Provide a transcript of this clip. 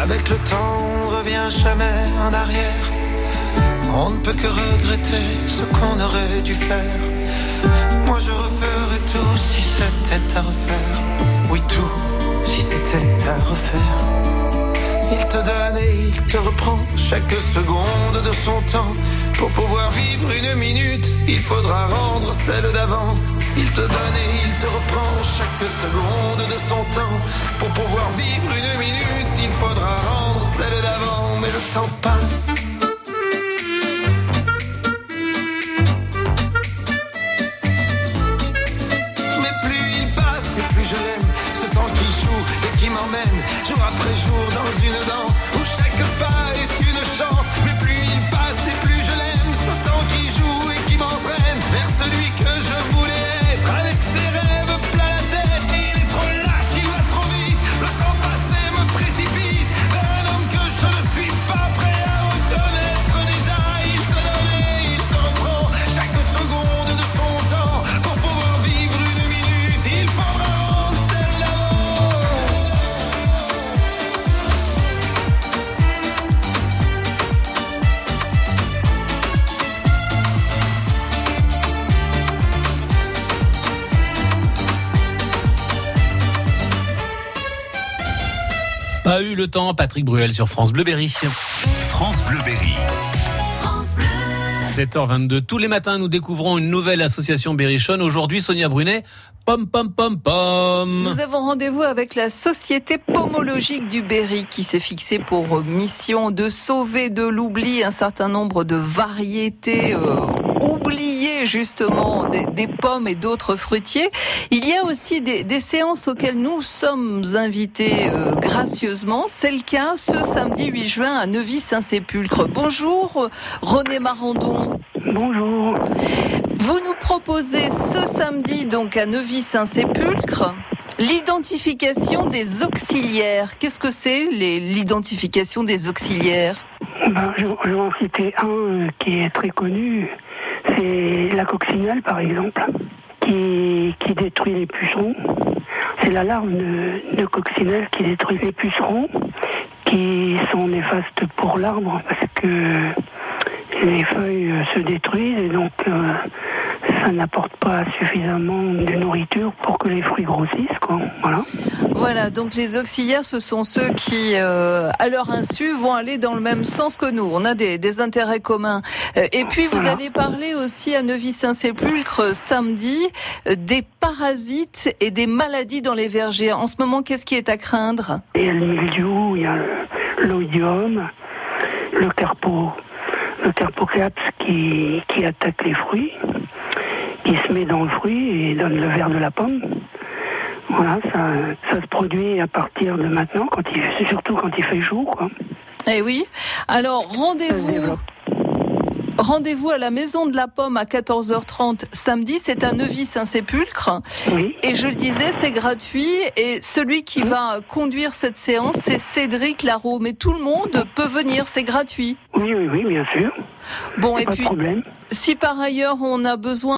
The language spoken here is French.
Avec le temps, on revient jamais en arrière. On ne peut que regretter ce qu'on aurait dû faire. Moi je referais tout si c'était à refaire. Oui, tout si c'était à refaire. Il te donne et il te reprend chaque seconde de son temps. Pour pouvoir vivre une minute, il faudra rendre celle d'avant. Il te donne et il te reprend chaque seconde de son temps. Pour pouvoir vivre une minute, il faudra rendre celle d'avant. Mais le temps passe. Mais plus il passe et plus je l'aime. Ce temps qui joue et qui m'emmène jour après jour dans une danse où chaque pas est une chance. Mais plus il passe et plus je l'aime. Ce temps qui joue et qui m'entraîne vers celui que je voulais être. Avec ses rêves plein la tête. Et il est trop lâche, il va trop vite. Le temps passé me précipite vers un homme que je ne suis pas prêt à reconnaître déjà. Il te donne et il te reprend chaque seconde de son temps. Pour pouvoir vivre une minute, il faudra rendre celle d'avant. Pas eu le temps, Patrick Bruel sur France Bleu Berry. France Bleu Berry. 7h22. Tous les matins, nous découvrons une nouvelle association berrichonne. Aujourd'hui, Sonia Brunet, pom pom pom pom. Nous avons rendez-vous avec la Société Pomologique du Berry qui s'est fixée pour mission de sauver de l'oubli un certain nombre de variétés oubliées justement des pommes et d'autres fruitiers. Il y a aussi des séances auxquelles nous sommes invités gracieusement. C'est le cas ce samedi 8 juin à Neuvy-Saint-Sépulcre. Bonjour René Marandon. Bonjour. Vous nous proposez ce samedi donc à Neuvy-Saint-Sépulcre l'identification des auxiliaires. Qu'est-ce que c'est l'identification des auxiliaires ? Je vais en citer un qui est très connu, c'est la coccinelle par exemple, qui détruit les pucerons. C'est la larve de coccinelle qui détruit les pucerons, qui sont néfastes pour l'arbre parce que les feuilles se détruisent et donc ça n'apporte pas suffisamment de nourriture pour que les fruits grossissent, quoi. Voilà, donc les auxiliaires, ce sont ceux qui, à leur insu, vont aller dans le même sens que nous. On a des intérêts communs. Et puis, vous allez parler aussi à Neuvy-Saint-Sépulcre samedi des parasites et des maladies dans les vergers. En ce moment, qu'est-ce qui est à craindre ? Il y a le mildiou, il y a l'oïdium, le carpoclaps qui attaque les fruits, qui se met dans le fruit et donne le vert de la pomme. Voilà, ça se produit à partir de maintenant, surtout quand il fait jour, quoi. Eh oui. Alors, rendez-vous à la Maison de la Pomme à 14h30 samedi, c'est à Neuvy-Saint-Sépulcre. Oui. Et je le disais, c'est gratuit. Et celui qui va conduire cette séance, c'est Cédric Larreau. Mais tout le monde peut venir, c'est gratuit. Oui, bien sûr. Bon, et pas puis, de problème. si par ailleurs on a besoin